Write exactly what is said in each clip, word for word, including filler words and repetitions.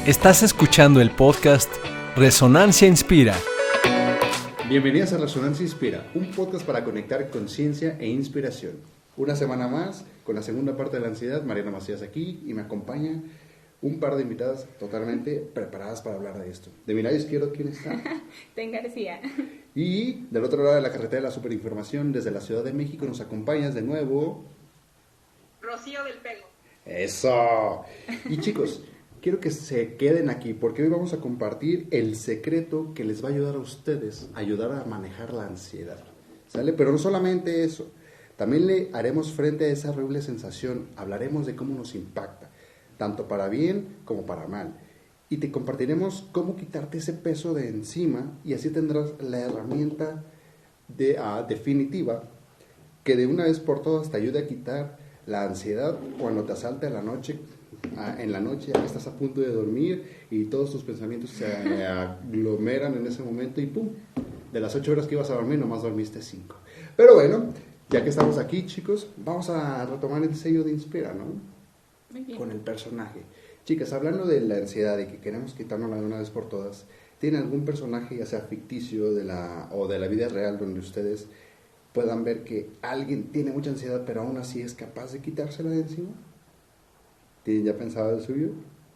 Estás escuchando el podcast Resonancia Inspira. Bienvenidos a Resonancia Inspira, un podcast para conectar conciencia e inspiración. Una semana más con la segunda parte de la ansiedad. Mariana Macías aquí y me acompaña un par de invitadas totalmente preparadas para hablar de esto. De mi lado izquierdo, ¿quién está? Ten García. Y del otro lado de la carretera de la superinformación, desde la Ciudad de México, nos acompañas de nuevo Rocío del Pelo. ¡Eso! Y chicos, quiero que se queden aquí porque hoy vamos a compartir el secreto que les va a ayudar a ustedes a ayudar a manejar la ansiedad. ¿Sale? Pero no solamente eso, también le haremos frente a esa horrible sensación, hablaremos de cómo nos impacta, tanto para bien como para mal. Y te compartiremos cómo quitarte ese peso de encima y así tendrás la herramienta de, uh, definitiva que de una vez por todas te ayude a quitar la ansiedad cuando te asalta en la noche, uh, en la noche ya que estás a punto de dormir y todos tus pensamientos se aglomeran en ese momento y ¡pum! De las ocho horas que ibas a dormir nomás dormiste cinco. Pero bueno, ya que estamos aquí chicos, vamos a retomar el sello de Inspira, ¿no? Muy bien. Con el personaje. Chicas, hablando de la ansiedad y que queremos quitárnosla de una vez por todas, ¿tienen algún personaje, ya sea ficticio de la, o de la vida real, donde ustedes puedan ver que alguien tiene mucha ansiedad, pero aún así es capaz de quitársela de encima? ¿Tienen ya pensado el suyo?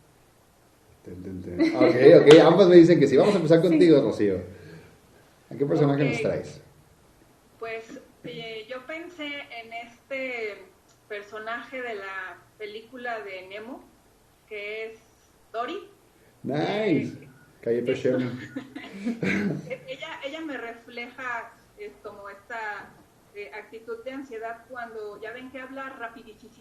Ten, ten, ten. Ok, ok, ambas me dicen que sí. Vamos a empezar contigo, sí. Rocío. ¿A qué personaje Okay. nos traes? Pues eh, yo pensé en este personaje de la película de Nemo, que es Dory. Nice. Eh, Calle Pesciano. ella, ella me refleja es como esta eh, actitud de ansiedad cuando ya ven que habla rapidísimo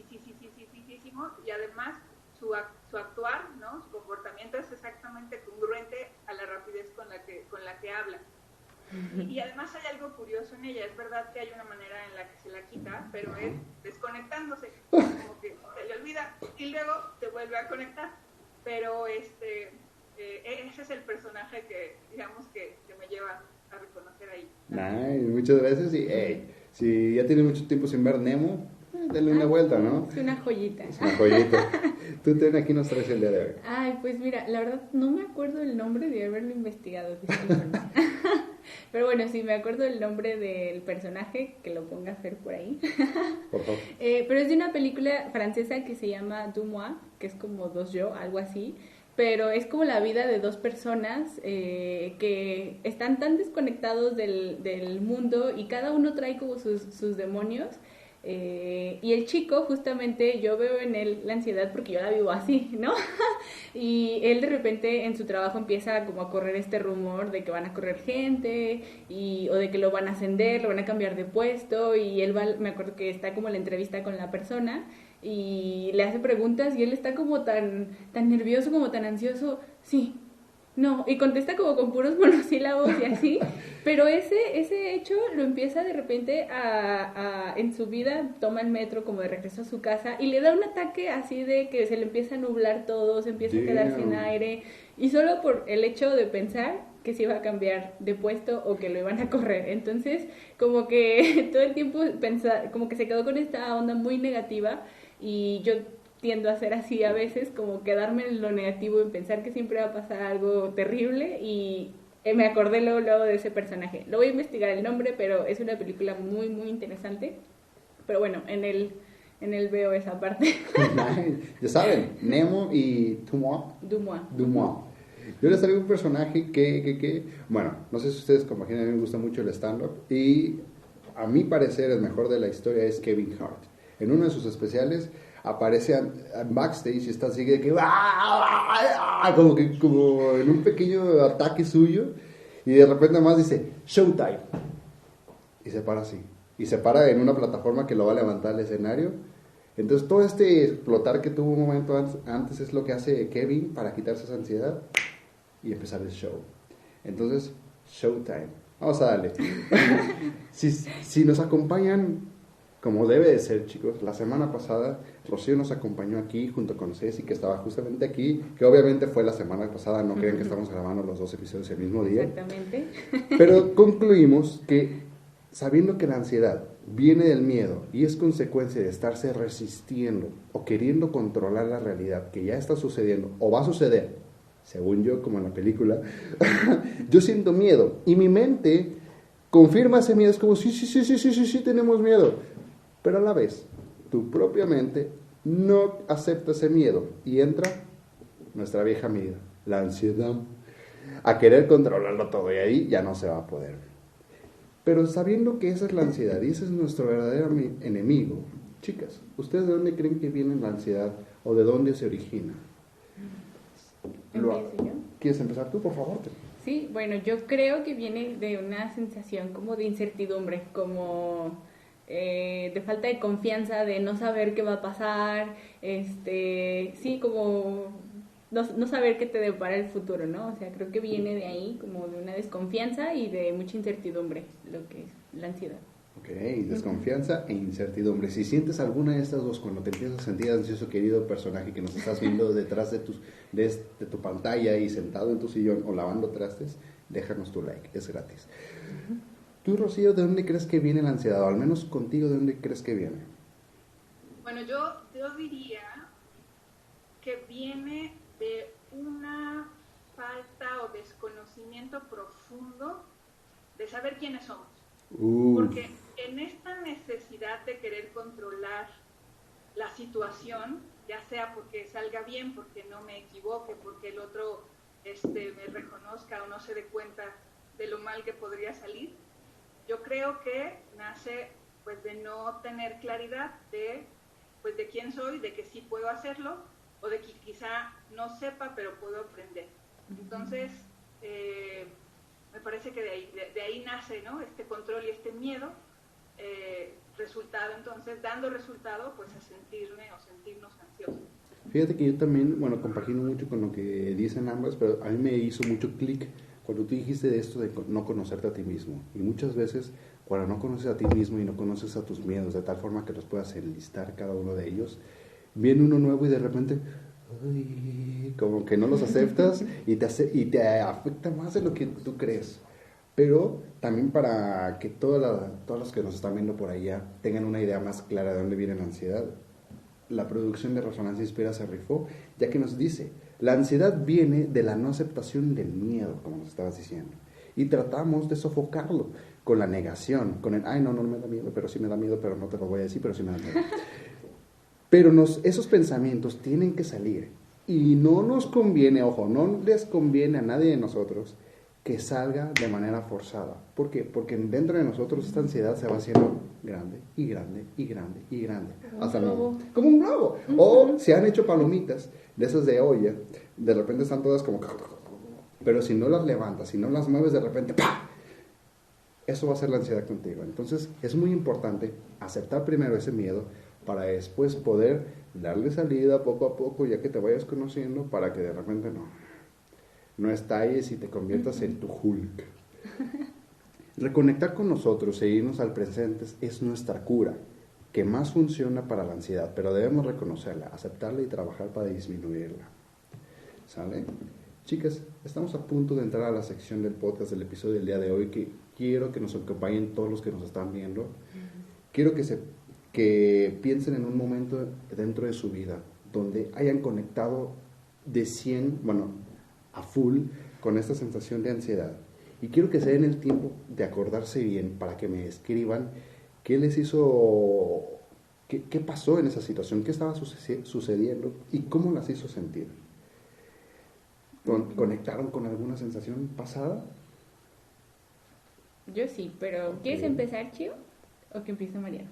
y además su, su actuar, ¿no? Su comportamiento es exactamente congruente a la rapidez con la que, con la que habla. Y, y además hay algo curioso en ella, es verdad que hay una manera en la que se la quita, pero es desconectándose, como que se le olvida y luego se vuelve a conectar. Pero este, eh, ese es el personaje que, digamos, que, que me lleva a reconocer ahí. Nice, muchas gracias. Y hey, si ya tienes mucho tiempo sin ver Nemo, eh, dale una vuelta, ¿no? Es una joyita. Es una joyita. Tú ten aquí nos traes el día de hoy. Ay, pues mira, la verdad no me acuerdo el nombre de haberlo investigado. Pero bueno, sí, me acuerdo el nombre del personaje, que lo ponga a hacer por ahí. Por favor. Eh, pero es de una película francesa que se llama Deux Moi, que es como dos yo, algo así. Pero es como la vida de dos personas eh, que están tan desconectados del, del mundo y cada uno trae como sus, sus demonios. Eh, y el chico, justamente, yo veo en él la ansiedad porque yo la vivo así, ¿no? Y él de repente en su trabajo empieza como a correr este rumor de que van a correr gente y, o de que lo van a ascender, lo van a cambiar de puesto y él va, me acuerdo que está como en la entrevista con la persona y le hace preguntas y él está como tan, tan nervioso, como tan ansioso, sí, no, y contesta como con puros monosílabos y así, pero ese, ese hecho lo empieza de repente a, a, en su vida, toma el metro como de regreso a su casa y le da un ataque así de que se le empieza a nublar todo, se empieza Damn. a quedar sin aire, y solo por el hecho de pensar que se iba a cambiar de puesto o que lo iban a correr, entonces como que todo el tiempo pensa, como que se quedó con esta onda muy negativa y yo tiendo a ser así a veces, como quedarme en lo negativo y pensar que siempre va a pasar algo terrible y eh, me acordé luego, luego de ese personaje. Lo voy a investigar el nombre, pero es una película muy, muy interesante. Pero bueno, en el, en el veo esa parte. Ya saben, Nemo y Deux Moi. Deux Moi. Deux Moi. Yo les traigo un personaje que, que, que, bueno, no sé si ustedes como imaginan, a mí me gusta mucho el stand-up y a mi parecer el mejor de la historia es Kevin Hart. En uno de sus especiales aparece en backstage y está así de que como que como en un pequeño ataque suyo y de repente más dice Showtime y se para así y se para en una plataforma que lo va a levantar al escenario. Entonces todo este explotar que tuvo un momento antes, antes es lo que hace Kevin para quitarse esa ansiedad y empezar el show. Entonces Showtime, vamos a darle. si, si nos acompañan como debe de ser, chicos, la semana pasada Rocío nos acompañó aquí junto con Ceci, que estaba justamente aquí, que obviamente fue la semana pasada, no crean que estamos grabando los dos episodios el mismo día. Exactamente. Pero concluimos que, sabiendo que la ansiedad viene del miedo y es consecuencia de estarse resistiendo o queriendo controlar la realidad que ya está sucediendo o va a suceder según yo, como en la película, yo siento miedo y mi mente confirma ese miedo, es como, sí, sí, sí, sí, sí, sí, sí, tenemos miedo, pero a la vez, tu propia mente no acepta ese miedo y entra nuestra vieja amiga, la ansiedad, a querer controlarlo todo y ahí ya no se va a poder. Pero sabiendo que esa es la ansiedad y ese es nuestro verdadero enemigo, chicas, ¿ustedes de dónde creen que viene la ansiedad o de dónde se origina? ¿Empiezo yo? ¿Quieres empezar tú, por favor? Sí, bueno, yo creo que viene de una sensación como de incertidumbre, como eh, de falta de confianza, de no saber qué va a pasar, este, sí, como no, no saber qué te depara el futuro, ¿no? O sea, creo que viene de ahí, como de una desconfianza y de mucha incertidumbre, lo que es la ansiedad. Ok, desconfianza e incertidumbre. Si sientes alguna de estas dos cuando te empiezas a sentir ansioso, querido personaje que nos estás viendo detrás de, tus, de, de tu pantalla y sentado en tu sillón o lavando trastes, déjanos tu like, es gratis. Uh-huh. Tú, Rocío, ¿de dónde crees que viene la ansiedad? O al menos contigo, ¿de dónde crees que viene? Bueno, yo, yo diría que viene de una falta o desconocimiento profundo de saber quiénes somos. Uh. Porque en esta necesidad de querer controlar la situación, ya sea porque salga bien, porque no me equivoque, porque el otro este, me reconozca o no se dé cuenta de lo mal que podría salir, yo creo que nace pues de no tener claridad de, pues, de quién soy, de que sí puedo hacerlo, o de que quizá no sepa, pero puedo aprender. Entonces, eh, me parece que de ahí, de, de ahí nace, ¿no?, este control y este miedo, eh, resultado entonces, dando resultado pues a sentirme o sentirnos ansiosos. Fíjate que yo también, bueno, compagino mucho con lo que dicen ambas, pero a mí me hizo mucho clic cuando tú dijiste de esto de no conocerte a ti mismo. Y muchas veces, cuando no conoces a ti mismo y no conoces a tus miedos de tal forma que los puedas enlistar cada uno de ellos, viene uno nuevo y de repente, ay, como que no los aceptas y te, hace, y te afecta más de lo que tú crees. Pero también para que todas las, todos los que nos están viendo por allá tengan una idea más clara de dónde viene la ansiedad, la producción de Resonancia Inspira se rifó, ya que nos dice, la ansiedad viene de la no aceptación del miedo, como nos estabas diciendo, y tratamos de sofocarlo con la negación, con el, ay, no, no me da miedo, pero sí me da miedo, pero no te lo voy a decir, pero sí me da miedo. Pero nos, esos pensamientos tienen que salir, y no nos conviene, ojo, no les conviene a nadie de nosotros que salga de manera forzada. ¿Por qué? Porque dentro de nosotros esta ansiedad se va haciendo grande y grande y grande y grande. Como hasta un globo. No, como un globo. Uh-huh. O se han hecho palomitas de esas de olla, de repente están todas como... Pero si no las levantas, si no las mueves, de repente ¡pah! Eso va a ser la ansiedad contigo. Entonces es muy importante aceptar primero ese miedo para después poder darle salida poco a poco, ya que te vayas conociendo, para que de repente no... no estalles y te conviertas en tu Hulk. Reconectar con nosotros e irnos al presente es nuestra cura, que más funciona para la ansiedad, pero debemos reconocerla, aceptarla y trabajar para disminuirla. ¿Sale? Chicas, estamos a punto de entrar a la sección del podcast del episodio del día de hoy, que quiero que nos acompañen todos los que nos están viendo. Quiero que, se, que piensen en un momento dentro de su vida donde hayan conectado de cien, bueno, a full con esta sensación de ansiedad, y quiero que se den el tiempo de acordarse bien para que me escriban qué les hizo, qué, qué pasó en esa situación, qué estaba sucediendo y cómo las hizo sentir. ¿Con, ¿Conectaron con alguna sensación pasada? Yo sí, pero Okay. ¿quieres empezar, Chio? ¿O que empiece Mariano?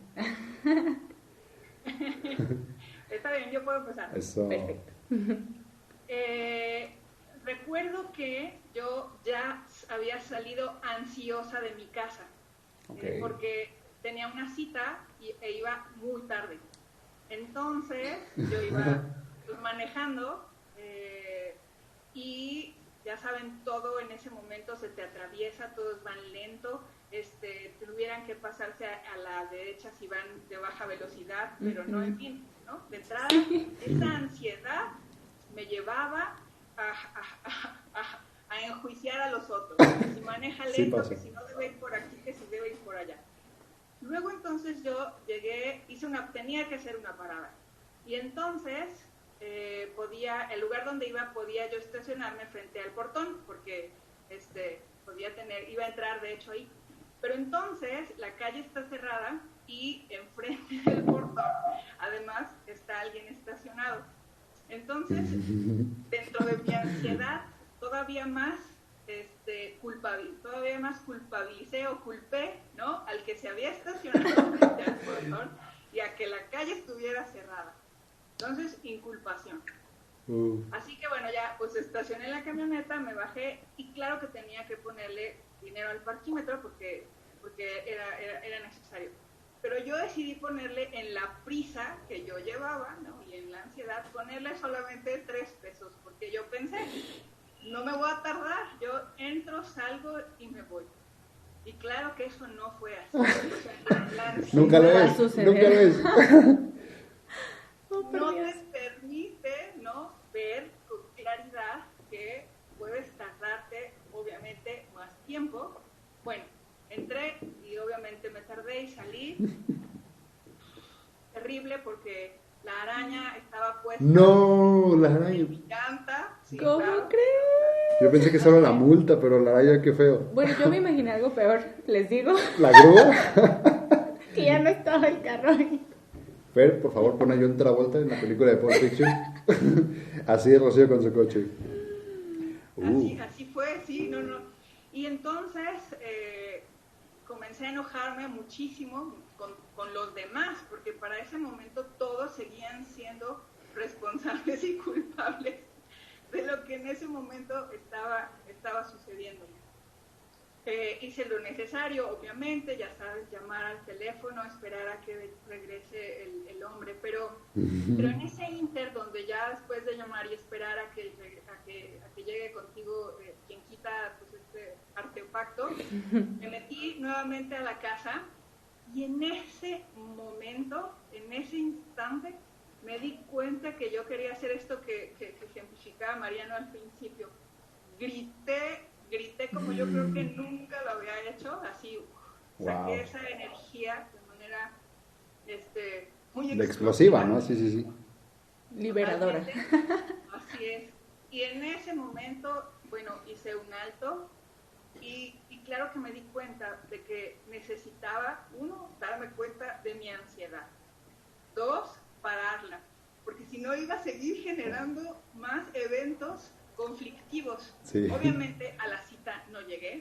Está bien, yo puedo empezar. Eso. Perfecto. Eh, recuerdo que yo ya había salido ansiosa de mi casa, Okay. eh, porque tenía una cita y, e iba muy tarde. Entonces yo iba pues, manejando eh, y ya saben, todo en ese momento se te atraviesa, todos van lento, este, tuvieran que pasarse a, a la derecha si van de baja velocidad, pero uh-huh. no, en fin, ¿no? De entrada, esa ansiedad me llevaba a, a, a, a, a enjuiciar a los otros, que si maneja lento, sí, que si no debe ir por aquí, que si debe ir por allá. Luego entonces yo llegué, hice una, tenía que hacer una parada, y entonces eh, podía podía, el lugar donde iba podía yo estacionarme frente al portón, porque este, podía tener, iba a entrar de hecho ahí. Pero entonces la calle está cerrada y enfrente del portón, además, está alguien estacionado. Entonces, dentro de mi ansiedad, todavía más, este, culpabil, todavía más culpabilicé o culpé, ¿no?, al que se había estacionado frente al portón y a que la calle estuviera cerrada. Entonces, inculpación. Uh. Así que bueno, ya pues estacioné la camioneta, me bajé y claro que tenía que ponerle dinero al parquímetro porque, porque era, era, era necesario. Pero yo decidí ponerle en la prisa que yo llevaba, ¿no?, y en la ansiedad, ponerle solamente tres pesos, porque yo pensé, no me voy a tardar, yo entro, salgo y me voy. Y claro que eso no fue así. O sea, nunca lo es, nunca lo es. No te permite, ¿no?, ver con claridad que puedes tardarte, obviamente, más tiempo. Bueno, entré y obviamente me tardé y salí. Terrible porque la araña estaba puesta. No, la araña. En mi llanta. Sí, ¿Cómo claro. crees? Yo pensé que solo la multa, pero la araña, qué feo. Bueno, yo me imaginé algo peor, les digo. ¿La grúa? Que ya no estaba el carro ahí. Fer, por favor, pon a John Travolta en la película de Pulp Fiction. Así de Rocío con su coche. Uh. Así, así fue, sí, no, no. Y entonces eh, comencé a enojarme muchísimo con, con los demás, porque para ese momento todos seguían siendo responsables y culpables de lo que en ese momento estaba, estaba sucediendo. Eh, hice lo necesario, obviamente, ya sabes, llamar al teléfono, esperar a que regrese el, el hombre, pero, pero en ese inter donde ya después de llamar y esperar a que, a que, a que llegue contigo eh, quien quita pues, este artefacto, me metí nuevamente a la casa y en ese momento, en ese instante, me di cuenta que yo quería hacer esto que, que, que ejemplificaba Mariano al principio. Grité, grité como yo creo que nunca lo había hecho, así saqué wow. esa energía de manera este, muy explosiva, ¿no? Sí, sí, sí. Liberadora. Así es. Y en ese momento, bueno, hice un alto y, y claro que me di cuenta de que necesitaba, uno, darme cuenta de mi ansiedad. Dos, pararla, porque si no iba a seguir generando más eventos conflictivos. Sí. Obviamente a la cita no llegué.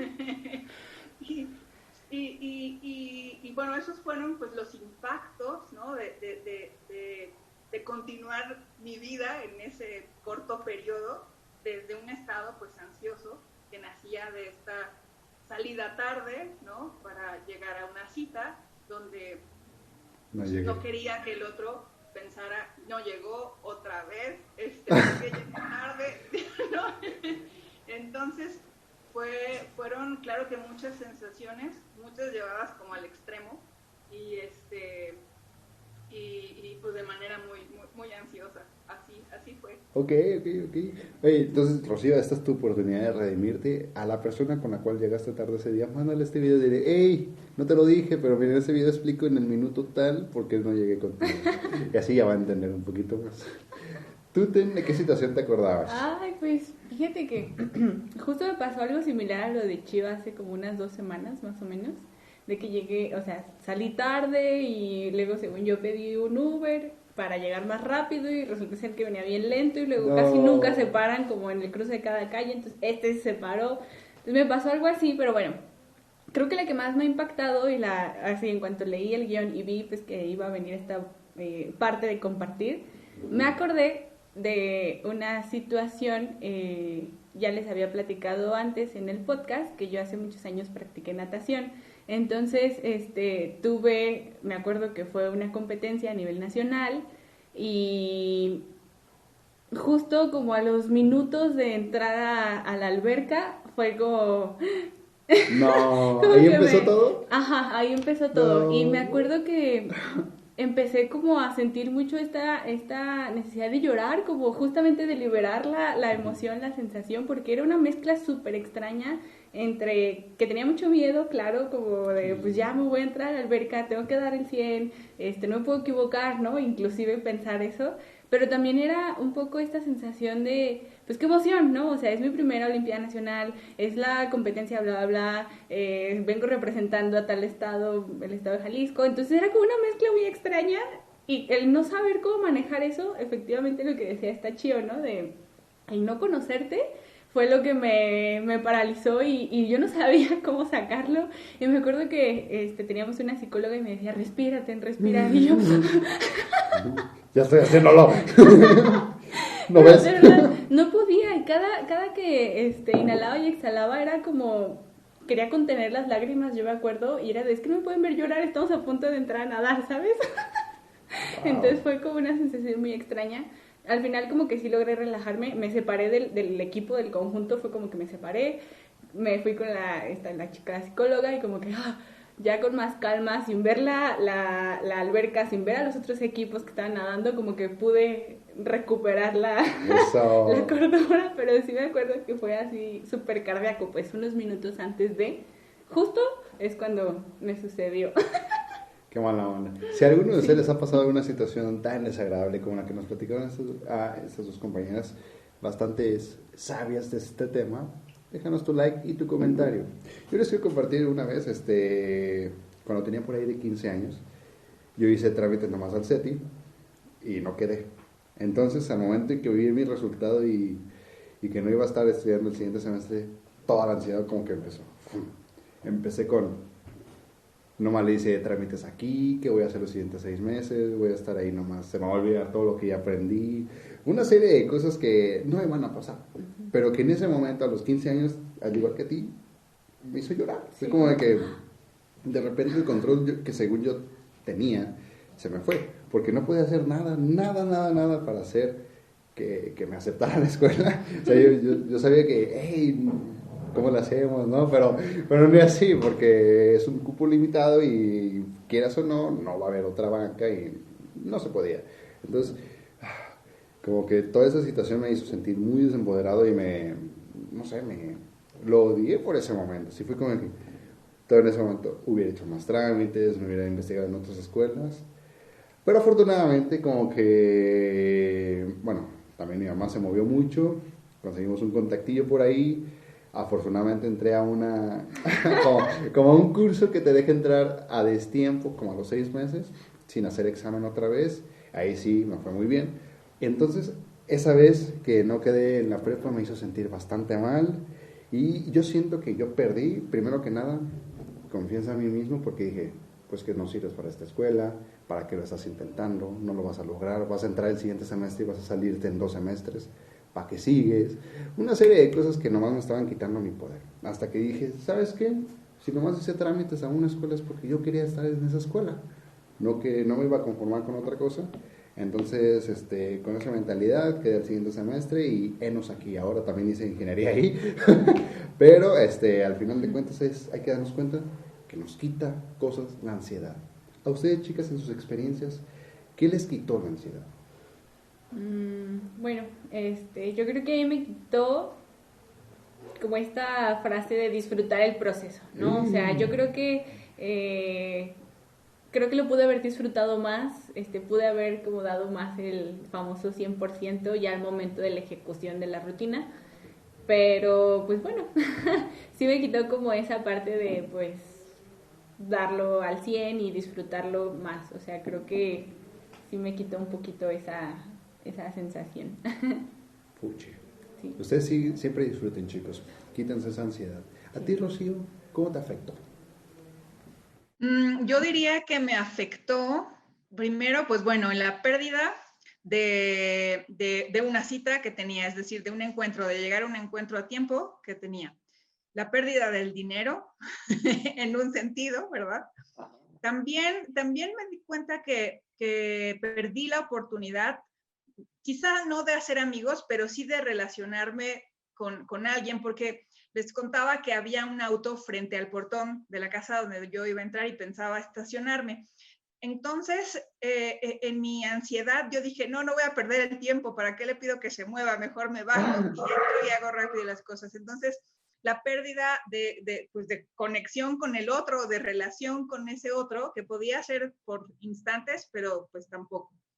y, y, y, y, y bueno, esos fueron pues los impactos, ¿no?, de, de, de, de, de continuar mi vida en ese corto periodo desde un estado pues ansioso que nacía de esta salida tarde, ¿no?, para llegar a una cita donde no, no quería que el otro pensara, no llegó otra vez, este, que llegó tarde, ¿no? Entonces, fue, fueron, claro que muchas sensaciones, muchas llevadas como al extremo, y este, y, y pues de manera muy, muy, muy ansiosa, así, así fue. Ok, ok, ok. Oye, entonces, Rocío, esta es tu oportunidad de redimirte. A la persona con la cual llegaste tarde ese día, mándale este video y dile, hey, no te lo dije, pero mira, en ese video explico en el minuto tal por qué no llegué contigo. Y así ya va a entender un poquito más. ¿Tú de qué situación te acordabas? Ay, pues, fíjate que justo me pasó algo similar a lo de Chiva hace como unas dos semanas, más o menos, de que llegué, o sea, salí tarde y luego, según yo, pedí un Uber para llegar más rápido y resulta ser que venía bien lento y luego no. Casi nunca se paran como en el cruce de cada calle, entonces este se paró. Entonces me pasó algo así, pero bueno, creo que la que más me ha impactado y la así en cuanto leí el guión y vi pues que iba a venir esta eh, parte de compartir, me acordé de una situación, eh, ya les había platicado antes en el podcast, que yo hace muchos años practiqué natación. Entonces, este, tuve, me acuerdo que fue una competencia a nivel nacional y justo como a los minutos de entrar a, a la alberca fue como... No, como ¿ahí empezó me... todo? Ajá, ahí empezó todo. No. Y me acuerdo que empecé como a sentir mucho esta, esta necesidad de llorar, como justamente de liberar la, la emoción, la sensación, porque era una mezcla súper extraña entre que tenía mucho miedo, claro, como de pues ya me voy a entrar a la alberca, tengo que dar el cien, este, no me puedo equivocar, ¿no? Inclusive pensar eso, pero también era un poco esta sensación de, pues qué emoción, ¿no? O sea, es mi primera Olimpiada Nacional, es la competencia, bla, bla, bla, eh, vengo representando a tal estado, el estado de Jalisco, entonces era como una mezcla muy extraña, y el no saber cómo manejar eso, efectivamente lo que decía está chido, ¿no? De el no conocerte fue lo que me, me paralizó y, y yo no sabía cómo sacarlo. Y me acuerdo que este, teníamos una psicóloga y me decía, respírate, respira. Y yo, ya estoy haciéndolo. ¿No pero ves? de verdad, no podía. Y cada, cada que este, inhalaba y exhalaba era como, quería contener las lágrimas, yo me acuerdo. Y era de, es que no me pueden ver llorar, estamos a punto de entrar a nadar, ¿sabes? Wow. Entonces fue como una sensación muy extraña. Al final como que sí logré relajarme, me separé del, del equipo, del conjunto, fue como que me separé, me fui con la, esta, la chica psicóloga y como que ah, ya con más calma, sin ver la, la, la alberca, sin ver a los otros equipos que estaban nadando, como que pude recuperar la, la cordura, pero sí me acuerdo que fue así súper cardíaco, pues unos minutos antes de, justo es cuando me sucedió. Qué mala onda. Si a alguno de ustedes sí. les ha pasado una situación tan desagradable como la que nos platicaron estas, ah, estas dos compañeras bastante sabias de este tema, déjanos tu like y tu comentario. Yo les quiero compartir una vez, este, cuando tenía por ahí de quince años, yo hice trámite nomás al CETI y no quedé. Entonces, al momento en que vi mi resultado y, y que no iba a estar estudiando el siguiente semestre, toda la ansiedad como que empezó. Empecé con... Nomás le hice trámites aquí, que voy a hacer los siguientes seis meses, voy a estar ahí nomás, se me va a olvidar todo lo que ya aprendí. Una serie de cosas que no me van a pasar, uh-huh. pero que en ese momento, a los quince años, al igual que a ti, me hizo llorar. Sí. Fue como de que de repente el control que según yo tenía, se me fue, porque no podía hacer nada, nada, nada, nada para hacer que, que me aceptara la escuela. O sea, yo, yo, yo sabía que, hey, ¿cómo lo hacemos? ¿No? Pero, pero no es así, porque es un cupo limitado y quieras o no, no va a haber otra banca y no se podía. Entonces, como que toda esa situación me hizo sentir muy desempoderado y me, no sé, me lo odié por ese momento. Sí fue como que todo en ese momento hubiera hecho más trámites, me hubiera investigado en otras escuelas. Pero afortunadamente como que, bueno, también mi mamá se movió mucho, conseguimos un contactillo por ahí. Afortunadamente entré a una, como, como a un curso que te deja entrar a destiempo, como a los seis meses, sin hacer examen otra vez. Ahí sí me fue muy bien. Entonces, esa vez que no quedé en la prepa me hizo sentir bastante mal. Y yo siento que yo perdí, primero que nada, confianza en mí mismo, porque dije, pues que no sirves para esta escuela, para qué lo estás intentando, no lo vas a lograr, vas a entrar el siguiente semestre y vas a salirte en dos semestres. ¿Para qué sigues? Una serie de cosas que nomás me estaban quitando mi poder. Hasta que dije, ¿sabes qué? Si nomás hice trámites a una escuela es porque yo quería estar en esa escuela. No que no me iba a conformar con otra cosa. Entonces, este, con esa mentalidad, quedé el siguiente semestre y enos aquí. Ahora también hice ingeniería ahí. Pero, este, al final de cuentas, es, hay que darnos cuenta que nos quita cosas la ansiedad. A ustedes, chicas, en sus experiencias, ¿qué les quitó la ansiedad? Mm, bueno, este, yo creo que a mí me quitó como esta frase de disfrutar el proceso, ¿no? Mm. O sea, yo creo que eh, creo que lo pude haber disfrutado más, este, pude haber como dado más el famoso cien por ciento ya al momento de la ejecución de la rutina, pero pues bueno, sí me quitó como esa parte de pues darlo al cien y disfrutarlo más, o sea, creo que sí me quitó un poquito esa... esa sensación. Puche. Sí. Ustedes sí, siempre disfruten, chicos. Quítense esa ansiedad. A ti, Rocío, ¿cómo te afectó? Mm, yo diría que me afectó, primero, pues bueno, en la pérdida de, de, de una cita que tenía, es decir, de un encuentro, de llegar a un encuentro a tiempo que tenía. La pérdida del dinero, en un sentido, ¿verdad? También, también me di cuenta que, que perdí la oportunidad, quizá no de hacer amigos, pero sí de relacionarme con, con alguien, porque les contaba que había un auto frente al portón de la casa donde yo iba a entrar y pensaba estacionarme. Entonces, eh, en mi ansiedad, yo dije, no, no voy a perder el tiempo, ¿para qué le pido que se mueva? Mejor me bajo y entro y hago rápido las cosas. Entonces, la pérdida de, de, pues de conexión con el otro, de relación con ese otro, que podía ser por instantes, pero pues tampoco.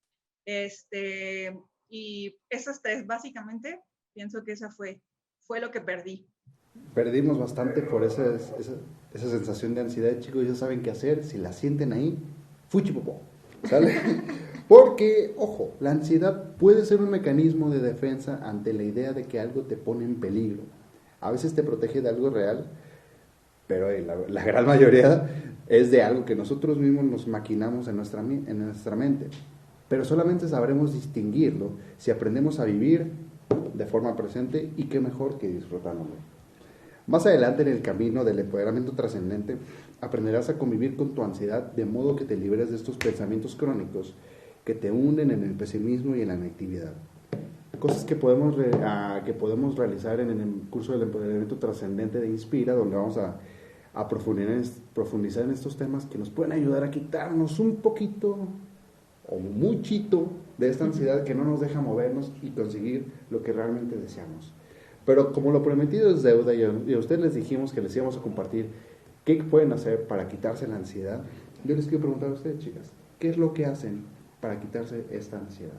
Este, y esas tres, básicamente, pienso que esa fue, fue lo que perdí. Perdimos bastante por esa, esa, esa sensación de ansiedad, chicos. Ya saben qué hacer. Si la sienten ahí, fuchipopó, ¿sale? Porque, ojo, la ansiedad puede ser un mecanismo de defensa ante la idea de que algo te pone en peligro. A veces te protege de algo real, pero la, la gran mayoría es de algo que nosotros mismos nos maquinamos en nuestra, en nuestra mente. Pero solamente sabremos distinguirlo si aprendemos a vivir de forma presente, y qué mejor que disfrutándolo. Más adelante en el camino del empoderamiento trascendente, aprenderás a convivir con tu ansiedad de modo que te liberes de estos pensamientos crónicos que te hunden en el pesimismo y en la negatividad. Cosas que podemos, re, a, que podemos realizar en el curso del empoderamiento trascendente de Inspira, donde vamos a, a profundizar, profundizar en estos temas que nos pueden ayudar a quitarnos un poquito o muchito de esta ansiedad que no nos deja movernos y conseguir lo que realmente deseamos. Pero como lo prometido es deuda, y a ustedes les dijimos que les íbamos a compartir qué pueden hacer para quitarse la ansiedad, yo les quiero preguntar a ustedes, chicas, ¿qué es lo que hacen para quitarse esta ansiedad?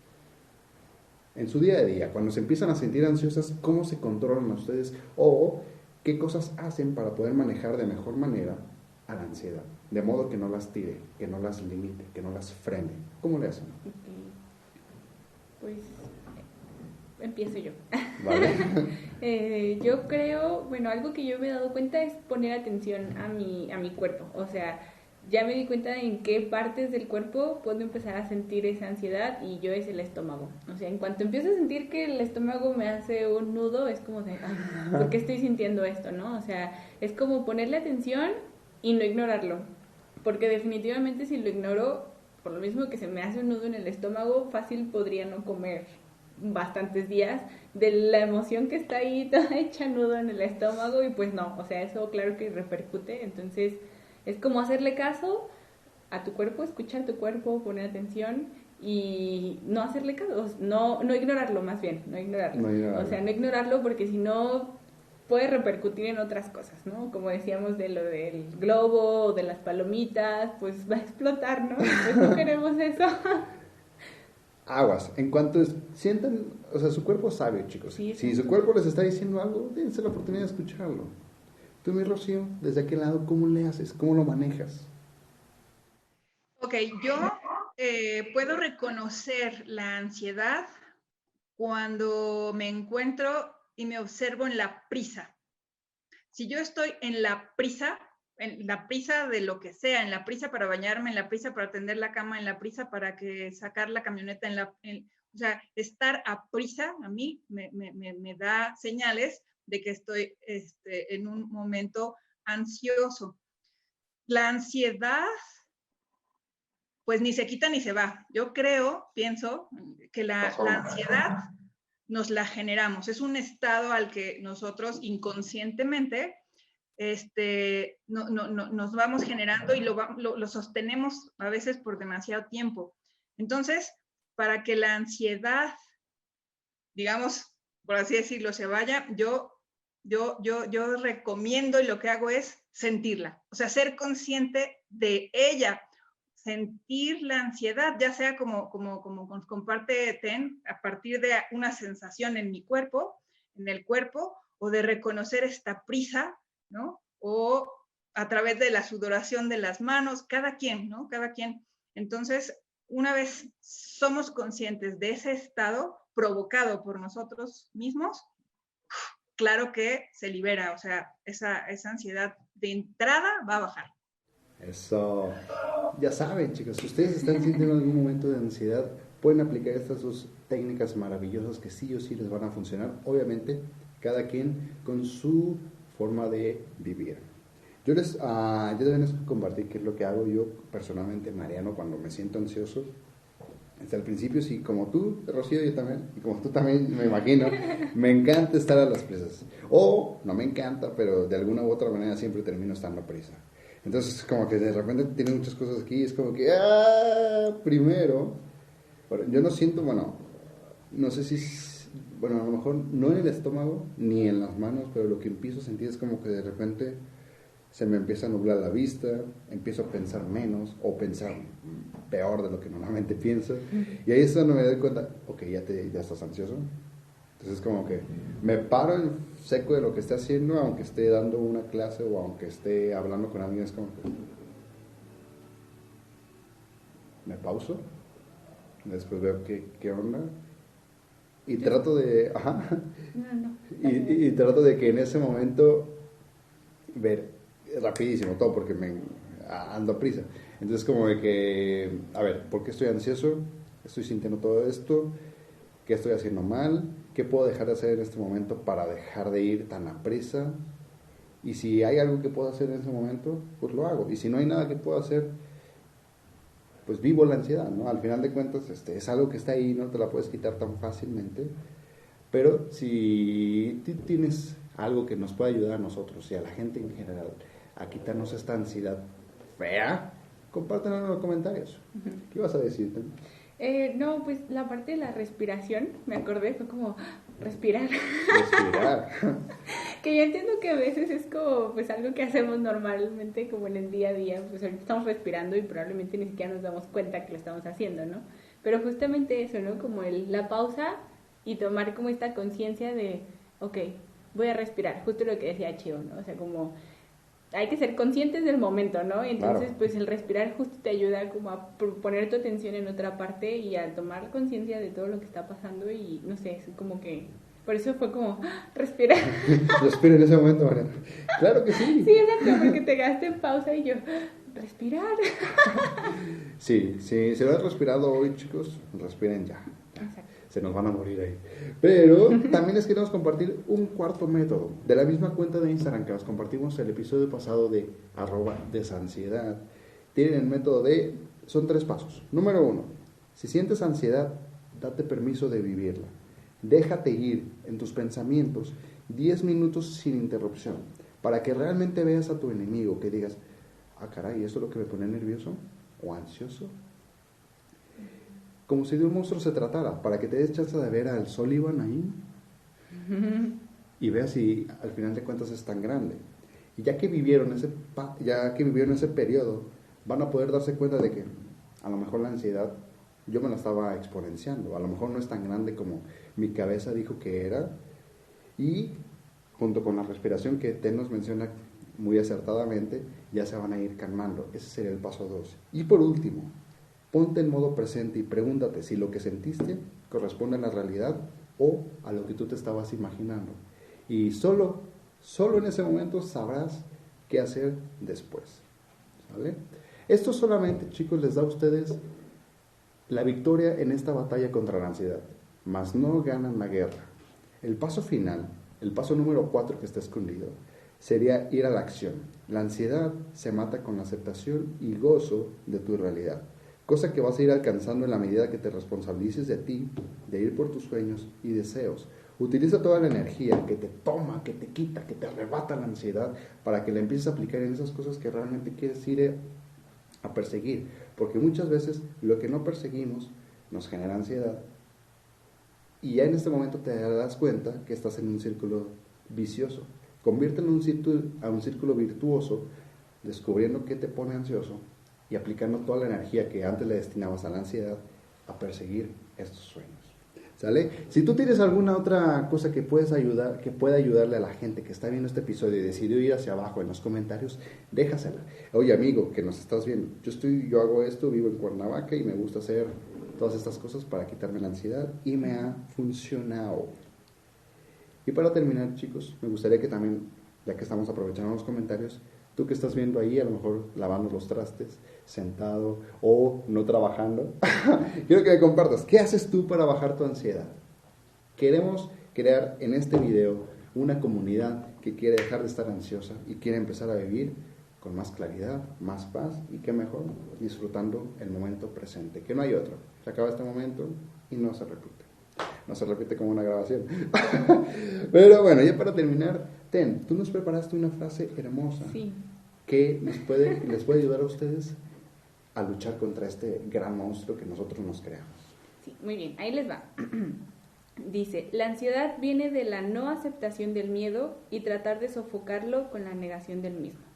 En su día a día, cuando se empiezan a sentir ansiosas, ¿cómo se controlan a ustedes? O ¿qué cosas hacen para poder manejar de mejor manera a la ansiedad? De modo que no las tire, que no las limite, que no las frene. ¿Cómo le hacen? Okay. Pues empiezo yo. Vale. eh, yo creo, bueno, algo que yo me he dado cuenta es poner atención a mi, a mi cuerpo. O sea, ya me di cuenta en qué partes del cuerpo puedo empezar a sentir esa ansiedad, y yo es el estómago. O sea, en cuanto empiezo a sentir que el estómago me hace un nudo, es como de, ay, ¿por qué estoy sintiendo esto, no? O sea, es como ponerle atención y no ignorarlo. Porque definitivamente si lo ignoro, por lo mismo que se me hace un nudo en el estómago, fácil podría no comer bastantes días de la emoción que está ahí toda hecha nudo en el estómago, y pues no, o sea, eso claro que repercute. Entonces es como hacerle caso a tu cuerpo, escuchar tu cuerpo, poner atención y no hacerle caso, no, no ignorarlo, más bien, no ignorarlo. No ignorarlo. O sea, no ignorarlo, porque si no puede repercutir en otras cosas, ¿no? Como decíamos de lo del globo o de las palomitas, pues va a explotar, ¿no? Pues no queremos eso. Aguas, en cuanto es, sientan, o sea, su cuerpo es sabio, chicos. Sí, si sí. su cuerpo les está diciendo algo, dense la oportunidad de escucharlo. Tú, mi Rocío, desde aquel lado, ¿cómo le haces? ¿Cómo lo manejas? Ok, yo eh, puedo reconocer la ansiedad cuando me encuentro y me observo en la prisa. Si yo estoy en la prisa, en la prisa de lo que sea, en la prisa para bañarme, en la prisa para tender la cama, en la prisa para que sacar la camioneta, en la, en, o sea, estar a prisa a mí me, me, me, me da señales de que estoy este, en un momento ansioso. La ansiedad, pues ni se quita ni se va. Yo creo, pienso, que la, la ansiedad nos la generamos. Es un estado al que nosotros inconscientemente este, no, no, no, nos vamos generando y lo, lo, lo sostenemos a veces por demasiado tiempo. Entonces, para que la ansiedad, digamos, por así decirlo, se vaya, yo, yo, yo, yo recomiendo, y lo que hago es sentirla, o sea, ser consciente de ella, sentir la ansiedad, ya sea como, como, como comparte Ten, a partir de una sensación en mi cuerpo, en el cuerpo, o de reconocer esta prisa, ¿no? O a través de la sudoración de las manos, cada quien, ¿no? Cada quien. Entonces, una vez somos conscientes de ese estado provocado por nosotros mismos, claro que se libera, o sea, esa, esa ansiedad de entrada va a bajar. Eso. Ya saben, chicos, si ustedes están sintiendo algún momento de ansiedad, pueden aplicar estas dos técnicas maravillosas que sí o sí les van a funcionar. Obviamente, cada quien con su forma de vivir. Yo les, uh, yo también les compartí qué es lo que hago yo personalmente, Mariano, cuando me siento ansioso. Hasta el principio, sí, como tú, Rocío, yo también, y como tú también, me imagino, me encanta estar a las prisas. O, no me encanta, pero de alguna u otra manera siempre termino estando a prisa. Entonces, como que de repente tiene muchas cosas aquí, es como que, ah, primero, yo no siento, bueno, no sé si, bueno, a lo mejor no en el estómago, ni en las manos, pero lo que empiezo a sentir es como que de repente se me empieza a nublar la vista, empiezo a pensar menos o pensar peor de lo que normalmente pienso. Y ahí es cuando me doy cuenta, ok, ya, te, ya estás ansioso. Entonces como que me paro en seco de lo que esté haciendo, aunque esté dando una clase o aunque esté hablando con alguien, es como que me pauso, después veo qué, qué onda y trato de, ajá, No, no. y, y, y trato de que en ese momento ver rapidísimo todo porque me ando a prisa. Entonces como de que, a ver, ¿por qué estoy ansioso? ¿Estoy sintiendo todo esto? ¿Qué estoy haciendo mal? ¿Qué puedo dejar de hacer en este momento para dejar de ir tan a prisa? Y si hay algo que puedo hacer en ese momento, pues lo hago. Y si no hay nada que puedo hacer, pues vivo la ansiedad, ¿no? Al final de cuentas, este, es algo que está ahí, no te la puedes quitar tan fácilmente. Pero si tú tienes algo que nos pueda ayudar a nosotros y a la gente en general a quitarnos esta ansiedad fea, compártanlo en los comentarios. Uh-huh. ¿Qué vas a decir? Eh, no, pues la parte de la respiración, me acordé, fue como respirar. Respirar. Que yo entiendo que a veces es como pues algo que hacemos normalmente como en el día a día, pues ahorita estamos respirando y probablemente ni siquiera nos damos cuenta que lo estamos haciendo, ¿no? Pero justamente eso, ¿no? Como el, la pausa y tomar como esta conciencia de, ok, voy a respirar, justo lo que decía Chio, ¿no? O sea, como hay que ser conscientes del momento, ¿no? Entonces, claro, pues el respirar justo te ayuda como a poner tu atención en otra parte y a tomar conciencia de todo lo que está pasando y, no sé, es como que, por eso fue como, ¡ah! Respirar. Respira en ese momento, Mariana. Claro que sí. Sí, exacto, porque te quedaste en pausa y yo, respirar. Sí, sí, si lo has respirado hoy, chicos, respiren ya. Exacto. Se nos van a morir ahí. Pero también les queremos compartir un cuarto método. De la misma cuenta de Instagram que os compartimos el episodio pasado de arroba desansiedad. Tienen el método de, son tres pasos. Número uno, si sientes ansiedad, date permiso de vivirla. Déjate ir en tus pensamientos diez minutos sin interrupción. Para que realmente veas a tu enemigo, que digas, ah caray, ¿esto es lo que me pone nervioso o ansioso? Como si de un monstruo se tratara, para que te des chance de ver al Sullivan ahí y veas si al final de cuentas es tan grande. Y ya que vivieron ese ya que vivieron ese periodo, van a poder darse cuenta de que a lo mejor la ansiedad yo me la estaba exponenciando, a lo mejor no es tan grande como mi cabeza dijo que era, y junto con la respiración que Ten nos menciona muy acertadamente, ya se van a ir calmando. Ese sería el paso dos. Y por último, ponte en modo presente y pregúntate si lo que sentiste corresponde a la realidad o a lo que tú te estabas imaginando. Y solo, solo en ese momento sabrás qué hacer después. ¿Vale? Esto solamente, chicos, les da a ustedes la victoria en esta batalla contra la ansiedad, mas no ganan la guerra. El paso final, el paso número cuatro que está escondido, sería ir a la acción. La ansiedad se mata con la aceptación y gozo de tu realidad. Cosa que vas a ir alcanzando en la medida que te responsabilices de ti, de ir por tus sueños y deseos. Utiliza toda la energía que te toma, que te quita, que te arrebata la ansiedad para que la empieces a aplicar en esas cosas que realmente quieres ir a perseguir. Porque muchas veces lo que no perseguimos nos genera ansiedad. Y ya en este momento te das cuenta que estás en un círculo vicioso. Conviértelo en un círculo, a un círculo virtuoso, descubriendo qué te pone ansioso y aplicando toda la energía que antes le destinabas a la ansiedad a perseguir estos sueños. ¿Sale? Si tú tienes alguna otra cosa que puedes ayudar, que pueda ayudarle a la gente que está viendo este episodio y decidió ir hacia abajo en los comentarios, déjasela. Oye, amigo, que nos estás viendo, yo estoy, yo hago esto, vivo en Cuernavaca y me gusta hacer todas estas cosas para quitarme la ansiedad y me ha funcionado. Y para terminar, chicos, me gustaría que también, ya que estamos aprovechando los comentarios, tú que estás viendo ahí, a lo mejor lavando los trastes, sentado o no trabajando, quiero que me compartas, ¿qué haces tú para bajar tu ansiedad? Queremos crear en este video una comunidad que quiere dejar de estar ansiosa y quiere empezar a vivir con más claridad, más paz y qué mejor, disfrutando el momento presente, que no hay otro. Se acaba este momento y no se repite. No se repite como una grabación. Pero bueno, ya para terminar, Ten, tú nos preparaste una frase hermosa. Sí. Que nos puede, les puede ayudar a ustedes a luchar contra este gran monstruo que nosotros nos creamos. Sí, muy bien, ahí les va. Dice, la ansiedad viene de la no aceptación del miedo y tratar de sofocarlo con la negación del mismo.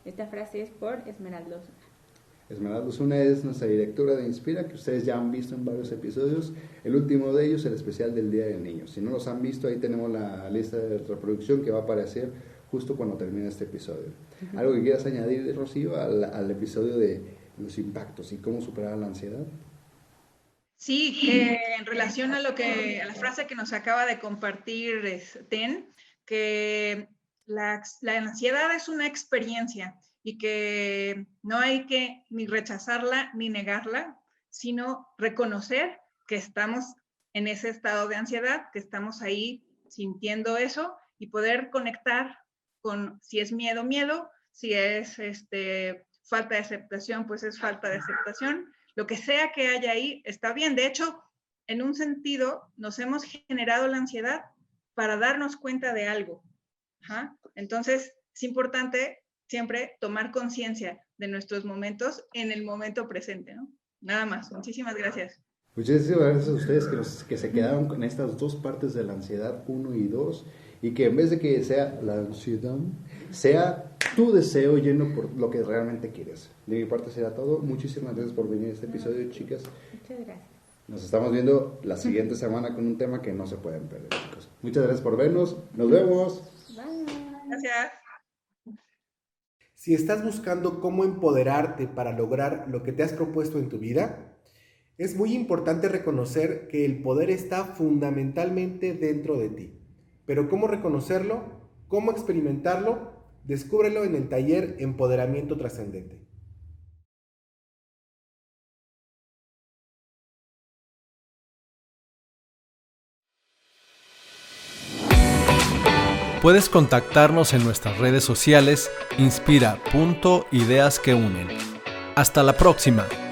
Esta frase es por Esmeralda Osuna. Esmeralda Osuna es nuestra directora de Inspira, que ustedes ya han visto en varios episodios. El último de ellos, el especial del Día del Niño. Si no los han visto, ahí tenemos la lista de reproducción que va a aparecer justo cuando termine este episodio. Uh-huh. ¿Algo que quieras añadir, Rocío, al, al episodio de los impactos y cómo superar la ansiedad? Sí, que en relación a lo que a la frase que nos acaba de compartir Ten, que la, la ansiedad es una experiencia y que no hay que ni rechazarla ni negarla, sino reconocer que estamos en ese estado de ansiedad, que estamos ahí sintiendo eso y poder conectar con si es miedo, miedo, si es este, falta de aceptación, pues es falta de aceptación. Lo que sea que haya ahí está bien. De hecho, en un sentido, nos hemos generado la ansiedad para darnos cuenta de algo. ¿Ah? Entonces, es importante siempre tomar conciencia de nuestros momentos en el momento presente, ¿no? Nada más. Muchísimas gracias. Muchísimas gracias a ustedes que, nos, que se quedaron con estas dos partes de la ansiedad, uno y dos, y que en vez de que sea la ansiedad, sea tu deseo lleno por lo que realmente quieres. De mi parte será todo. Muchísimas gracias por venir a este episodio, chicas. Muchas gracias. Nos estamos viendo la siguiente semana con un tema que no se pueden perder, chicos. Muchas gracias por vernos. Nos vemos. Bye. Gracias. Si estás buscando cómo empoderarte para lograr lo que te has propuesto en tu vida, es muy importante reconocer que el poder está fundamentalmente dentro de ti. Pero ¿cómo reconocerlo? ¿Cómo experimentarlo? Descúbrelo en el taller Empoderamiento Trascendente. Puedes contactarnos en nuestras redes sociales inspira punto ideas que unen. Hasta la próxima.